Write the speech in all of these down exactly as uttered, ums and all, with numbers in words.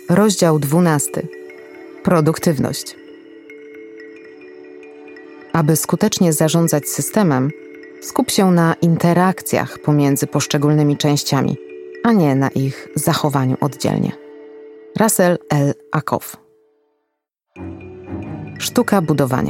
Rozdział dwunasty. Produktywność. Aby skutecznie zarządzać systemem, skup się na interakcjach pomiędzy poszczególnymi częściami, a nie na ich zachowaniu oddzielnie. Russell L. Ackoff. Sztuka budowania.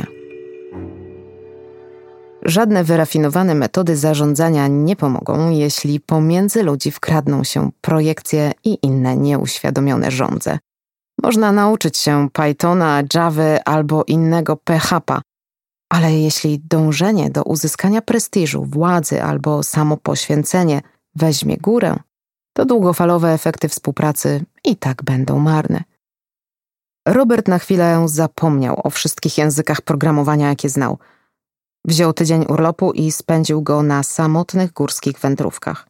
Żadne wyrafinowane metody zarządzania nie pomogą, jeśli pomiędzy ludzi wkradną się projekcje i inne nieuświadomione żądze. Można nauczyć się Pythona, Javy albo innego P H P, ale jeśli dążenie do uzyskania prestiżu, władzy albo samopoświęcenie weźmie górę, to długofalowe efekty współpracy i tak będą marne. Robert na chwilę zapomniał o wszystkich językach programowania, jakie znał. Wziął tydzień urlopu i spędził go na samotnych górskich wędrówkach.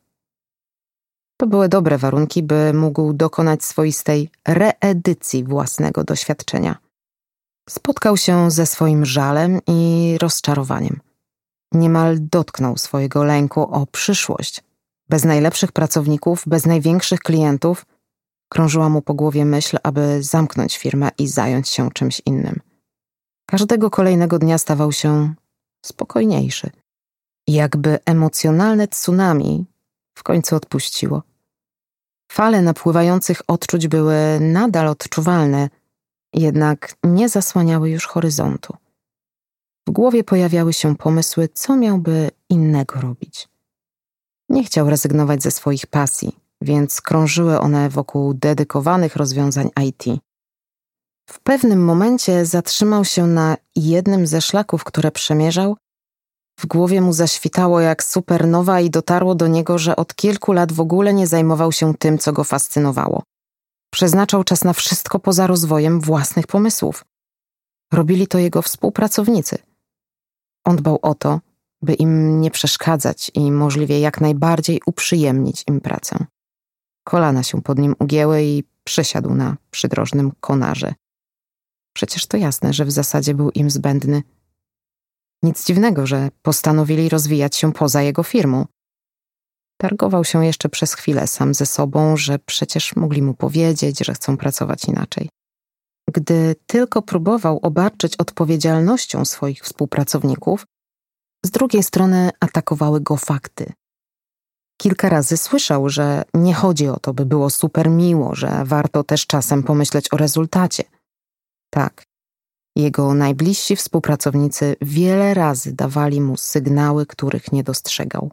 To były dobre warunki, by mógł dokonać swoistej reedycji własnego doświadczenia. Spotkał się ze swoim żalem i rozczarowaniem. Niemal dotknął swojego lęku o przyszłość. Bez najlepszych pracowników, bez największych klientów, krążyła mu po głowie myśl, aby zamknąć firmę i zająć się czymś innym. Każdego kolejnego dnia stawał się spokojniejszy. Jakby emocjonalne tsunami w końcu odpuściło. Fale napływających odczuć były nadal odczuwalne, jednak nie zasłaniały już horyzontu. W głowie pojawiały się pomysły, co miałby innego robić. Nie chciał rezygnować ze swoich pasji, więc krążyły one wokół dedykowanych rozwiązań I T. W pewnym momencie zatrzymał się na jednym ze szlaków, które przemierzał. W głowie mu zaświtało jak supernowa i dotarło do niego, że od kilku lat w ogóle nie zajmował się tym, co go fascynowało. Przeznaczał czas na wszystko poza rozwojem własnych pomysłów. Robili to jego współpracownicy. On dbał o to, by im nie przeszkadzać i możliwie jak najbardziej uprzyjemnić im pracę. Kolana się pod nim ugięły i przysiadł na przydrożnym konarze. Przecież to jasne, że w zasadzie był im zbędny. Nic dziwnego, że postanowili rozwijać się poza jego firmą. Targował się jeszcze przez chwilę sam ze sobą, że przecież mogli mu powiedzieć, że chcą pracować inaczej. Gdy tylko próbował obarczyć odpowiedzialnością swoich współpracowników, z drugiej strony atakowały go fakty. Kilka razy słyszał, że nie chodzi o to, by było super miło, że warto też czasem pomyśleć o rezultacie. Tak, jego najbliżsi współpracownicy wiele razy dawali mu sygnały, których nie dostrzegał.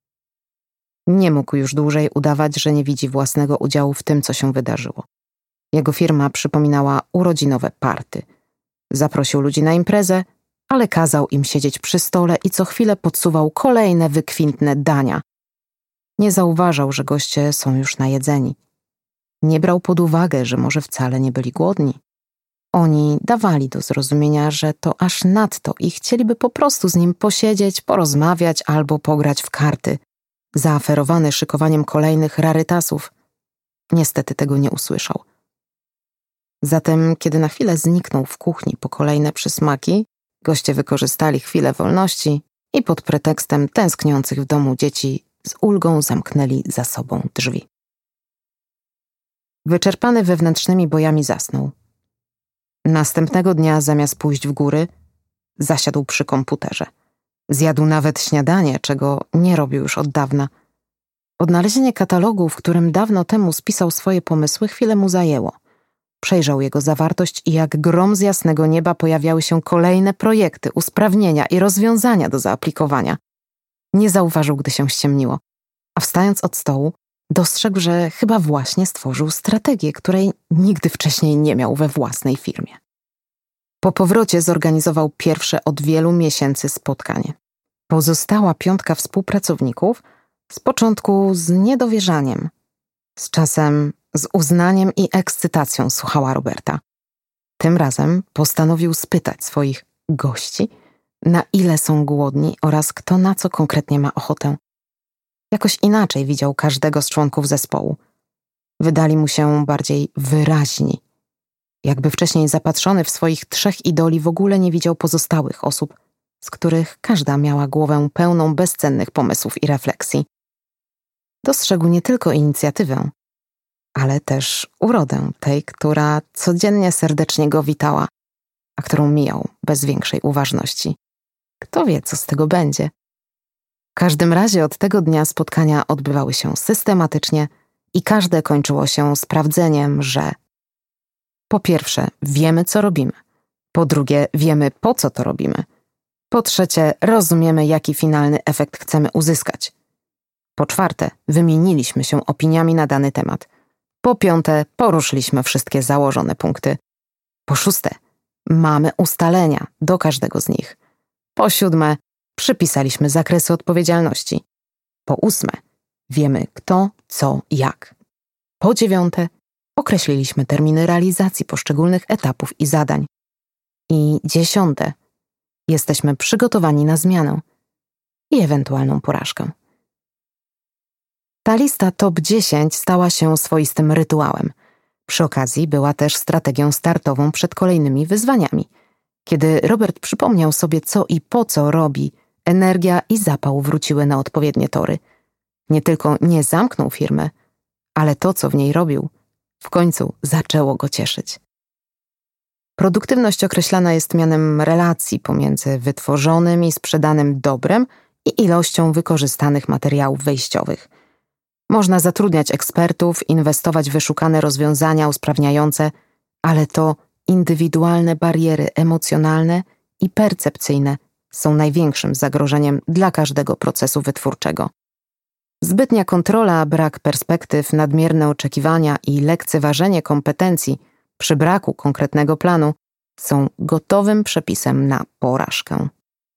Nie mógł już dłużej udawać, że nie widzi własnego udziału w tym, co się wydarzyło. Jego firma przypominała urodzinowe party. Zaprosił ludzi na imprezę, ale kazał im siedzieć przy stole i co chwilę podsuwał kolejne wykwintne dania. Nie zauważał, że goście są już najedzeni. Nie brał pod uwagę, że może wcale nie byli głodni. Oni dawali do zrozumienia, że to aż nadto i chcieliby po prostu z nim posiedzieć, porozmawiać albo pograć w karty, zaaferowany szykowaniem kolejnych rarytasów. Niestety tego nie usłyszał. Zatem, kiedy na chwilę zniknął w kuchni po kolejne przysmaki, goście wykorzystali chwilę wolności i pod pretekstem tęskniących w domu dzieci z ulgą zamknęli za sobą drzwi. Wyczerpany wewnętrznymi bojami zasnął. Następnego dnia zamiast pójść w góry, zasiadł przy komputerze. Zjadł nawet śniadanie, czego nie robił już od dawna. Odnalezienie katalogu, w którym dawno temu spisał swoje pomysły, chwilę mu zajęło. Przejrzał jego zawartość i jak grom z jasnego nieba pojawiały się kolejne projekty, usprawnienia i rozwiązania do zaaplikowania. Nie zauważył, gdy się ściemniło, a wstając od stołu, dostrzegł, że chyba właśnie stworzył strategię, której nigdy wcześniej nie miał we własnej firmie. Po powrocie zorganizował pierwsze od wielu miesięcy spotkanie. Pozostała piątka współpracowników z początku z niedowierzaniem, z czasem z uznaniem i ekscytacją słuchała Roberta. Tym razem postanowił spytać swoich gości, na ile są głodni oraz kto na co konkretnie ma ochotę. Jakoś inaczej widział każdego z członków zespołu. Wydali mu się bardziej wyraźni. Jakby wcześniej zapatrzony w swoich trzech idoli w ogóle nie widział pozostałych osób, z których każda miała głowę pełną bezcennych pomysłów i refleksji. Dostrzegł nie tylko inicjatywę, ale też urodę tej, która codziennie serdecznie go witała, a którą mijał bez większej uważności. Kto wie, co z tego będzie? W każdym razie od tego dnia spotkania odbywały się systematycznie i każde kończyło się sprawdzeniem, że po pierwsze wiemy, co robimy, po drugie wiemy, po co to robimy, po trzecie rozumiemy, jaki finalny efekt chcemy uzyskać, po czwarte wymieniliśmy się opiniami na dany temat, po piąte poruszyliśmy wszystkie założone punkty, po szóste mamy ustalenia do każdego z nich, po siódme przypisaliśmy zakresy odpowiedzialności, po ósme wiemy kto, co, jak, po dziewiąte określiliśmy terminy realizacji poszczególnych etapów i zadań i dziesiąte jesteśmy przygotowani na zmianę i ewentualną porażkę. Ta lista top dziesięć stała się swoistym rytuałem. Przy okazji była też strategią startową przed kolejnymi wyzwaniami. Kiedy Robert przypomniał sobie, co i po co robi, energia i zapał wróciły na odpowiednie tory. Nie tylko nie zamknął firmy, ale to, co w niej robił, w końcu zaczęło go cieszyć. Produktywność określana jest mianem relacji pomiędzy wytworzonym i sprzedanym dobrem i ilością wykorzystanych materiałów wejściowych. Można zatrudniać ekspertów, inwestować w wyszukane rozwiązania usprawniające, ale to indywidualne bariery emocjonalne i percepcyjne są największym zagrożeniem dla każdego procesu wytwórczego. Zbytnia kontrola, brak perspektyw, nadmierne oczekiwania i lekceważenie kompetencji przy braku konkretnego planu są gotowym przepisem na porażkę.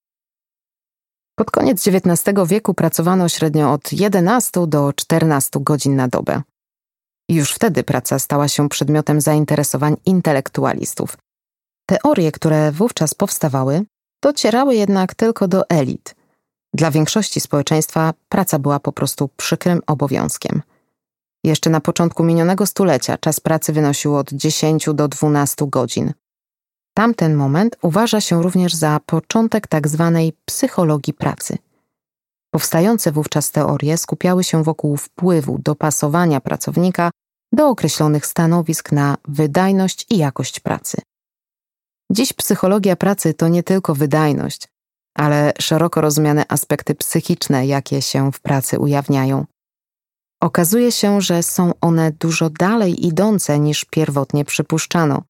Pod koniec dziewiętnastego wieku pracowano średnio od jedenastu do czternastu godzin na dobę. Już wtedy praca stała się przedmiotem zainteresowań intelektualistów. Teorie, które wówczas powstawały, docierały jednak tylko do elit. Dla większości społeczeństwa praca była po prostu przykrym obowiązkiem. Jeszcze na początku minionego stulecia czas pracy wynosił od dziesięciu do dwunastu godzin. Tamten moment uważa się również za początek tak zwanej psychologii pracy. Powstające wówczas teorie skupiały się wokół wpływu dopasowania pracownika do określonych stanowisk na wydajność i jakość pracy. Dziś psychologia pracy to nie tylko wydajność, ale szeroko rozumiane aspekty psychiczne, jakie się w pracy ujawniają. Okazuje się, że są one dużo dalej idące niż pierwotnie przypuszczano,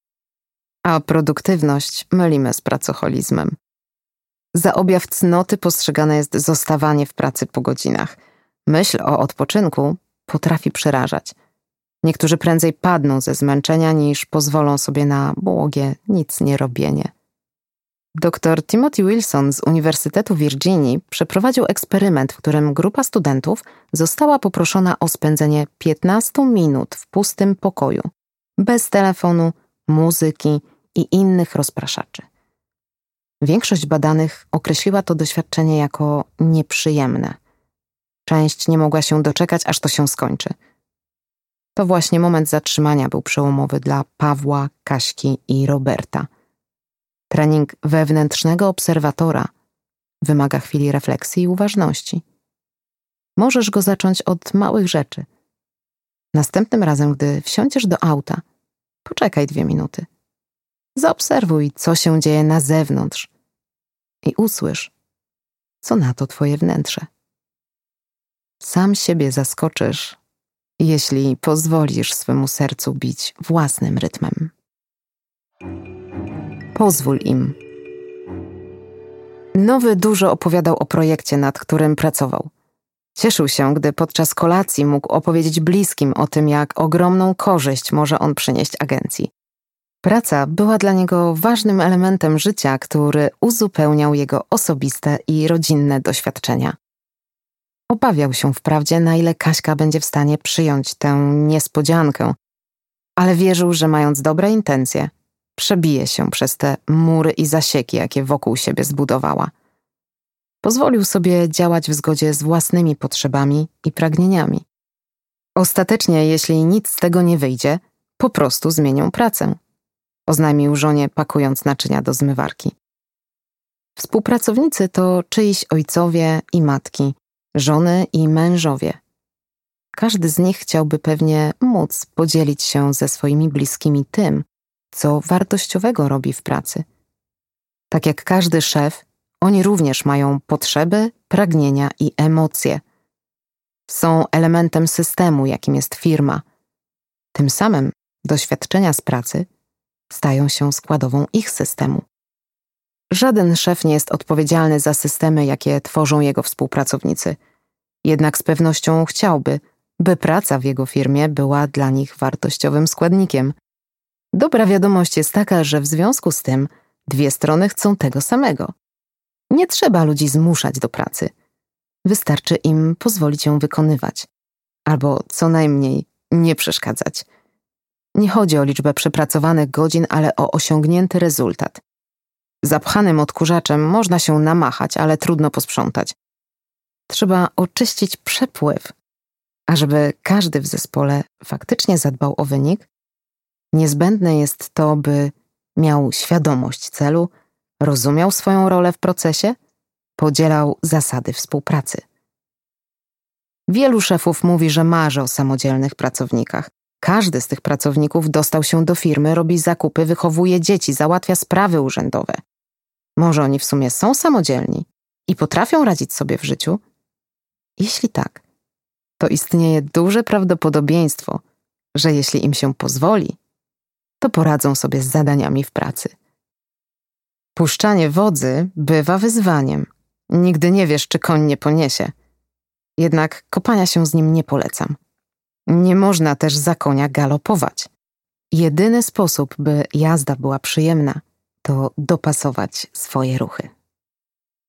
a produktywność mylimy z pracoholizmem. Za objaw cnoty postrzegane jest zostawanie w pracy po godzinach. Myśl o odpoczynku potrafi przerażać. Niektórzy prędzej padną ze zmęczenia, niż pozwolą sobie na błogie nic nie robienie. Doktor Timothy Wilson z Uniwersytetu Virginii przeprowadził eksperyment, w którym grupa studentów została poproszona o spędzenie piętnastu minut w pustym pokoju, bez telefonu, muzyki i innych rozpraszaczy. Większość badanych określiła to doświadczenie jako nieprzyjemne. Część nie mogła się doczekać, aż to się skończy. To właśnie moment zatrzymania był przełomowy dla Pawła, Kaśki i Roberta. Trening wewnętrznego obserwatora wymaga chwili refleksji i uważności. Możesz go zacząć od małych rzeczy. Następnym razem, gdy wsiądziesz do auta, poczekaj dwie minuty. Zaobserwuj, co się dzieje na zewnątrz i usłysz, co na to twoje wnętrze. Sam siebie zaskoczysz, jeśli pozwolisz swemu sercu bić własnym rytmem. Pozwól im. Nowy dużo opowiadał o projekcie, nad którym pracował. Cieszył się, gdy podczas kolacji mógł opowiedzieć bliskim o tym, jak ogromną korzyść może on przynieść agencji. Praca była dla niego ważnym elementem życia, który uzupełniał jego osobiste i rodzinne doświadczenia. Obawiał się wprawdzie, na ile Kaśka będzie w stanie przyjąć tę niespodziankę, ale wierzył, że mając dobre intencje, przebije się przez te mury i zasieki, jakie wokół siebie zbudowała. Pozwolił sobie działać w zgodzie z własnymi potrzebami i pragnieniami. Ostatecznie, jeśli nic z tego nie wyjdzie, po prostu zmienią pracę, oznajmił żonie, pakując naczynia do zmywarki. Współpracownicy to czyiś ojcowie i matki, żony i mężowie. każdy z nich chciałby pewnie móc podzielić się ze swoimi bliskimi tym, co wartościowego robi w pracy. Tak jak każdy szef, oni również mają potrzeby, pragnienia i emocje. Są elementem systemu, jakim jest firma. Tym samym doświadczenia z pracy stają się składową ich systemu. Żaden szef nie jest odpowiedzialny za systemy, jakie tworzą jego współpracownicy. Jednak z pewnością chciałby, by praca w jego firmie była dla nich wartościowym składnikiem. Dobra wiadomość jest taka, że w związku z tym dwie strony chcą tego samego. Nie trzeba ludzi zmuszać do pracy. Wystarczy im pozwolić ją wykonywać. Albo co najmniej nie przeszkadzać. Nie chodzi o liczbę przepracowanych godzin, ale o osiągnięty rezultat. Zapchanym odkurzaczem można się namachać, ale trudno posprzątać. Trzeba oczyścić przepływ. A żeby każdy w zespole faktycznie zadbał o wynik, niezbędne jest to, by miał świadomość celu, rozumiał swoją rolę w procesie, podzielał zasady współpracy. Wielu szefów mówi, że marzy o samodzielnych pracownikach. Każdy z tych pracowników dostał się do firmy, robi zakupy, wychowuje dzieci, załatwia sprawy urzędowe. Może oni w sumie są samodzielni i potrafią radzić sobie w życiu? Jeśli tak, to istnieje duże prawdopodobieństwo, że jeśli im się pozwoli, to poradzą sobie z zadaniami w pracy. Puszczanie wodzy bywa wyzwaniem. Nigdy nie wiesz, czy koń nie poniesie. Jednak kopania się z nim nie polecam. Nie można też za konia galopować. Jedyny sposób, by jazda była przyjemna, to dopasować swoje ruchy.